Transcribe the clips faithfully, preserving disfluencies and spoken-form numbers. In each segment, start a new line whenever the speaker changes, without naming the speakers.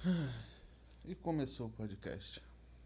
E começou o podcast.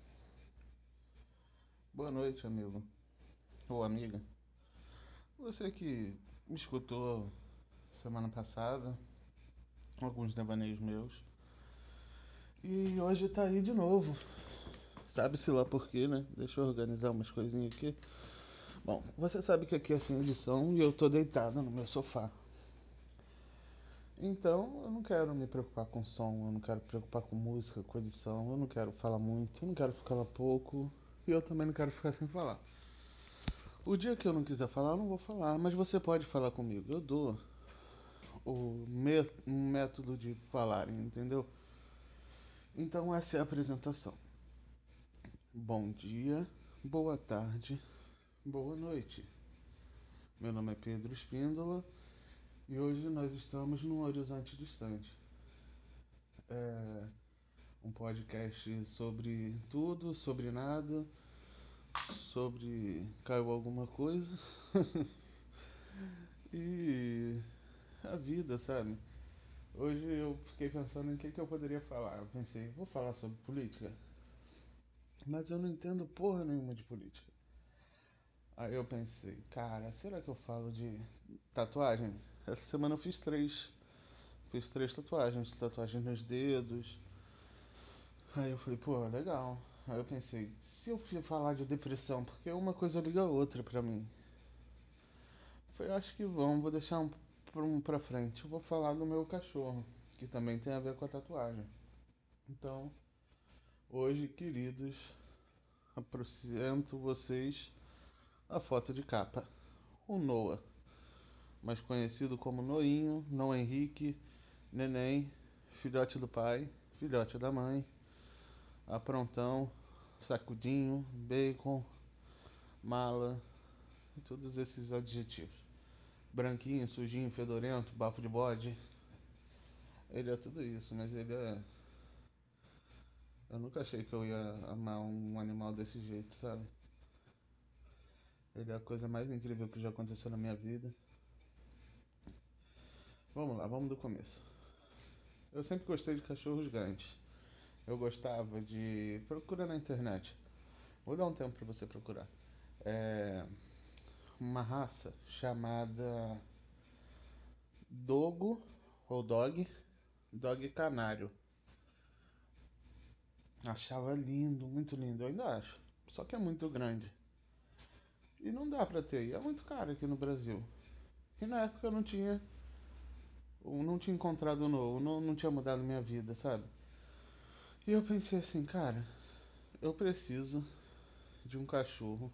Boa noite, amigo ou amiga. Você que me escutou semana passada, alguns devaneios meus, e hoje tá aí de novo. Sabe-se lá por quê, né? Deixa eu organizar umas coisinhas aqui. Bom, você sabe que aqui é sem edição e eu tô deitado no meu sofá. Então eu não quero me preocupar com som, eu não quero me preocupar com música, com edição, eu não quero falar muito, eu não quero ficar lá pouco e eu também não quero ficar sem falar. O dia que eu não quiser falar, eu não vou falar, mas você pode falar comigo. Eu dou o mé- um método de falar, entendeu? Então essa é a apresentação. Bom dia, boa tarde, boa noite. Meu nome é Pedro Espíndola e hoje nós estamos num horizonte distante. É um podcast sobre tudo, sobre nada, sobre caiu alguma coisa e a vida, sabe? Hoje eu fiquei pensando em o que, que eu poderia falar. Eu pensei, vou falar sobre política, mas eu não entendo porra nenhuma de política. Aí eu pensei, cara, será que eu falo de tatuagem? Essa semana eu fiz três. Fiz três tatuagens, tatuagens nos dedos. Aí eu falei, pô, legal. Aí eu pensei, se eu for falar de depressão, porque uma coisa liga a outra pra mim. Eu falei, acho que vamos, vou deixar um, um pra frente. Eu vou falar do meu cachorro, que também tem a ver com a tatuagem. Então, hoje, queridos, apresento vocês a foto de capa. O Noah, mais conhecido como Noinho, Não Henrique, Neném, filhote do pai, filhote da mãe, aprontão, sacudinho, bacon, mala, todos esses adjetivos. Branquinho, sujinho, fedorento, bafo de bode. Ele é tudo isso, mas ele é. Eu nunca achei que eu ia amar um animal desse jeito, sabe? Ele é a coisa mais incrível que já aconteceu na minha vida. Vamos lá, vamos do começo. Eu sempre gostei de cachorros grandes. Eu gostava de. Procura na internet. Vou dar um tempo pra você procurar. É. Uma raça chamada Dogo ou Dog. Dog Canário. Achava lindo, muito lindo. Eu ainda acho. Só que é muito grande. E não dá pra ter. E é muito caro aqui no Brasil. E na época eu não tinha. Eu não tinha encontrado novo. Não, não tinha mudado minha vida, sabe? E eu pensei assim, cara, eu preciso de um cachorro.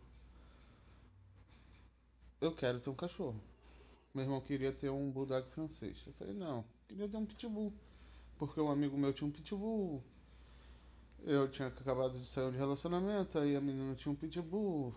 Eu quero ter um cachorro. Meu irmão queria ter um bulldog francês. Eu falei, não, queria ter um pitbull. Porque um amigo meu tinha um pitbull. Eu tinha acabado de sair de relacionamento, aí a menina tinha um pitbull.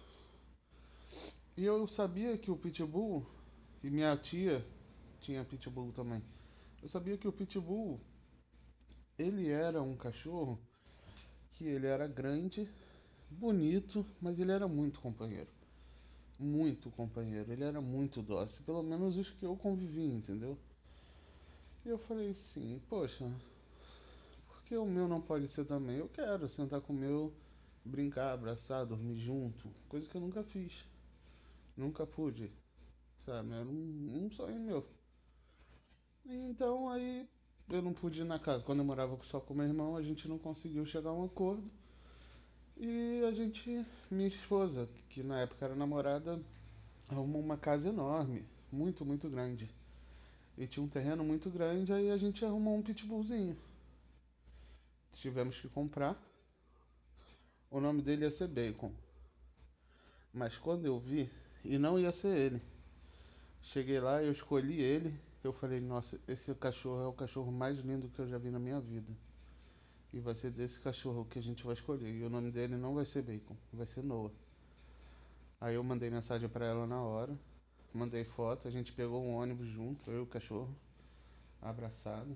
E eu sabia que o pitbull, e minha tia tinha pitbull também. Eu sabia que o pitbull, ele era um cachorro que ele era grande, bonito, mas ele era muito companheiro. Muito companheiro, ele era muito dócil, pelo menos os que eu convivi, entendeu? E eu falei assim, poxa, por que o meu não pode ser também? Eu quero sentar com o meu, brincar, abraçar, dormir junto, coisa que eu nunca fiz, nunca pude, sabe? Era um, um sonho meu. Então aí eu não pude ir na casa. Quando eu morava só com meu irmão, a gente não conseguiu chegar a um acordo. E a gente, minha esposa, que na época era namorada, arrumou uma casa enorme, muito, muito grande. E tinha um terreno muito grande, aí a gente arrumou um pitbullzinho. Tivemos que comprar. O nome dele ia ser Bacon. Mas quando eu vi, e não ia ser ele. Cheguei lá, eu escolhi ele. Eu falei, nossa, esse cachorro é o cachorro mais lindo que eu já vi na minha vida. E vai ser desse cachorro que a gente vai escolher. E o nome dele não vai ser Bacon, vai ser Noah. Aí eu mandei mensagem pra ela na hora. Mandei foto, a gente pegou um ônibus junto, eu e o cachorro, abraçado.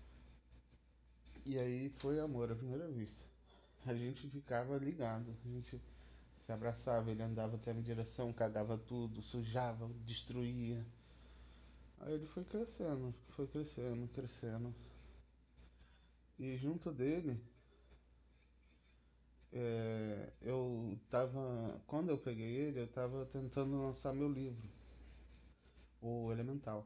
E aí foi amor à primeira vista. A gente ficava ligado, a gente se abraçava, ele andava até a minha direção, cagava tudo, sujava, destruía. Aí ele foi crescendo, foi crescendo, crescendo. E junto dele, é, eu tava. Quando eu peguei ele, eu tava tentando lançar meu livro, o Elemental.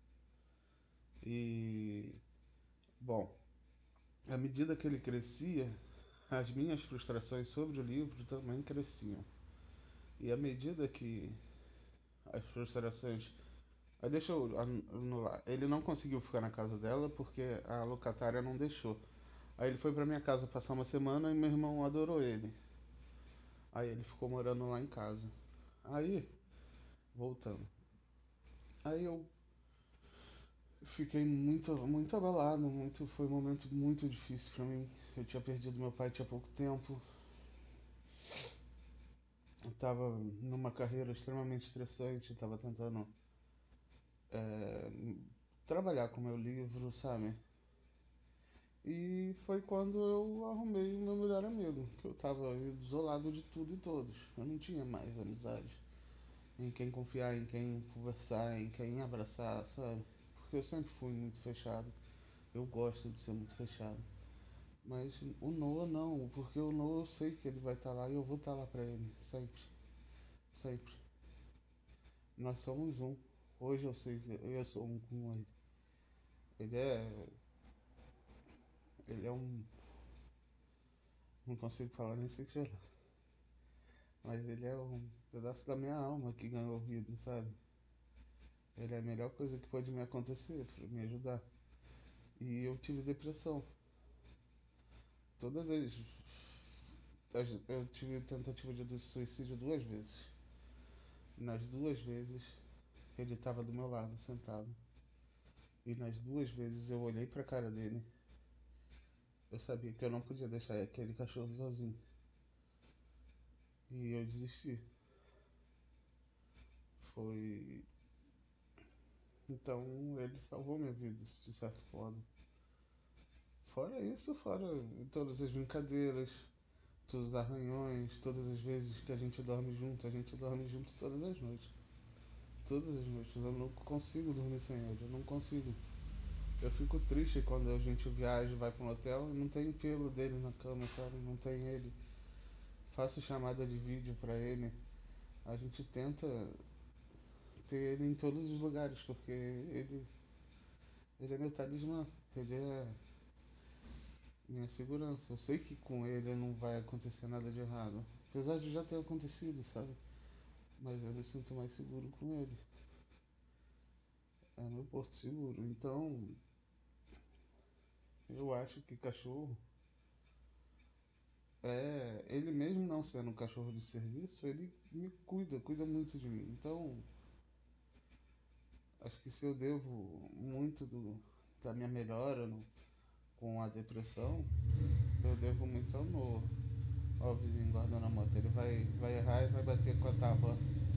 E, bom, à medida que ele crescia, as minhas frustrações sobre o livro também cresciam. E à medida que as frustrações. Aí deixa eu anular. Ele não conseguiu ficar na casa dela porque a locatária não deixou. Aí ele foi pra minha casa passar uma semana e meu irmão adorou ele. Aí ele ficou morando lá em casa. Aí, voltando. Aí eu fiquei muito, muito abalado, muito, foi um momento muito difícil pra mim. Eu tinha perdido meu pai tinha pouco tempo. Eu tava numa carreira extremamente estressante, tava tentando é, trabalhar com meu livro, sabe? E foi quando eu arrumei o meu melhor amigo, que eu tava isolado de tudo e todos. Eu não tinha mais amizade, em quem confiar, em quem conversar, em quem abraçar, sabe? Porque eu sempre fui muito fechado. Eu gosto de ser muito fechado. Mas o Noah não, porque o Noah eu sei que ele vai estar lá e eu vou estar lá pra ele, sempre, sempre. Nós somos um. Hoje eu sei que eu sou um com ele. Ele é. Ele é um. Não consigo falar nem sei chorar. Mas ele é um pedaço da minha alma que ganhou vida, sabe? Ele é a melhor coisa que pode me acontecer pra me ajudar. E eu tive depressão. Todas as. as- Eu tive tentativa de suicídio duas vezes. Nas duas vezes ele estava do meu lado, sentado. E nas duas vezes eu olhei pra cara dele. Eu sabia que eu não podia deixar aquele cachorro sozinho. E eu desisti. Foi. Então ele salvou minha vida, de certa forma. Fora isso, fora todas as brincadeiras, todos os arranhões, todas as vezes que a gente dorme junto, a gente dorme junto todas as noites. Todas as noites. Eu não consigo dormir sem ele, eu não consigo. Eu fico triste quando a gente viaja e vai para um hotel e não tem pelo dele na cama, sabe? Não tem ele. Faço chamada de vídeo para ele. A gente tenta ter ele em todos os lugares, porque ele, ele é meu talismã. Ele é minha segurança. Eu sei que com ele não vai acontecer nada de errado. Apesar de já ter acontecido, sabe? Mas eu me sinto mais seguro com ele. É meu porto seguro. Então, eu acho que cachorro é. Ele mesmo não sendo um cachorro de serviço, ele me cuida, cuida muito de mim. Então, acho que se eu devo muito do, da minha melhora no, com a depressão, eu devo muito ao Noah. Ó, o vizinho guardando a moto, ele vai, vai errar e vai bater com a tábua.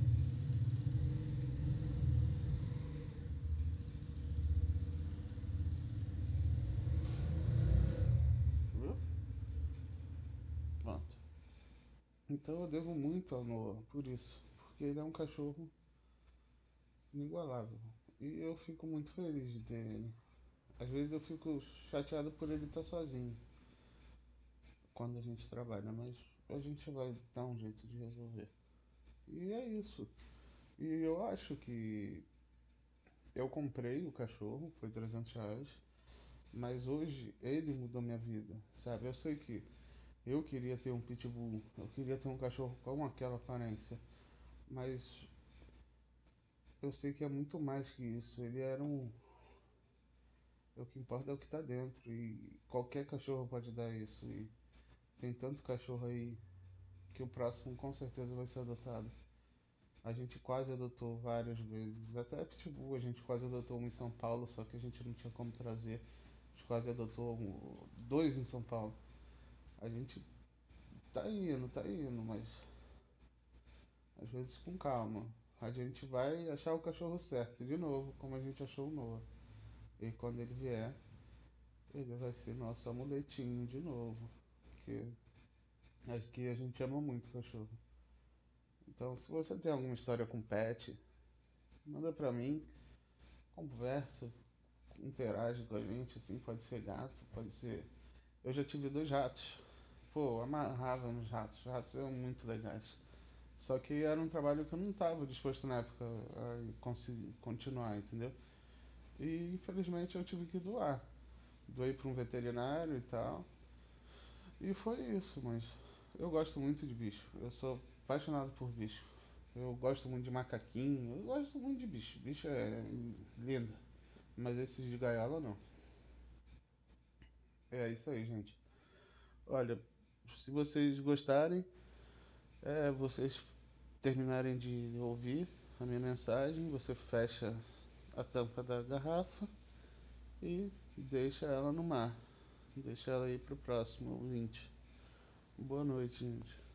Viu? Pronto. Então eu devo muito ao Noah por isso. Porque ele é um cachorro inigualável. E eu fico muito feliz de ter ele. Às vezes eu fico chateado por ele estar sozinho quando a gente trabalha, mas a gente vai dar um jeito de resolver. E é isso. E eu acho que eu comprei o cachorro, foi trezentos reais, mas hoje ele mudou minha vida, sabe? Eu sei que eu queria ter um pitbull, eu queria ter um cachorro com aquela aparência, mas eu sei que é muito mais que isso. Ele era um. O que importa é o que tá dentro, e qualquer cachorro pode dar isso. E tem tanto cachorro aí que o próximo com certeza vai ser adotado. A gente quase adotou várias vezes. Até a Pitbull a gente quase adotou uma em São Paulo, só que a gente não tinha como trazer. A gente quase adotou um- dois em São Paulo. A gente tá indo, tá indo, mas às vezes com calma. A gente vai achar o cachorro certo de novo, como a gente achou o Noah. E quando ele vier, ele vai ser nosso amuletinho de novo. Porque aqui a gente ama muito o cachorro. Então, se você tem alguma história com pet, manda pra mim, conversa, interage com a gente, assim, pode ser gato, pode ser. Eu já tive dois ratos. Pô, eu amarrava nos ratos. Os ratos eram muito legais. Só que era um trabalho que eu não estava disposto na época a conseguir continuar, entendeu? E infelizmente eu tive que doar. Doei para um veterinário e tal. E foi isso, mas eu gosto muito de bicho. Eu sou apaixonado por bicho. Eu gosto muito de macaquinho. Eu gosto muito de bicho. Bicho é lindo. Mas esses de gaiola não. É isso aí, gente. Olha, se vocês gostarem, é, vocês terminarem de ouvir a minha mensagem, você fecha a tampa da garrafa e deixa ela no mar. Deixa ela aí pro próximo ouvinte. Boa noite, gente.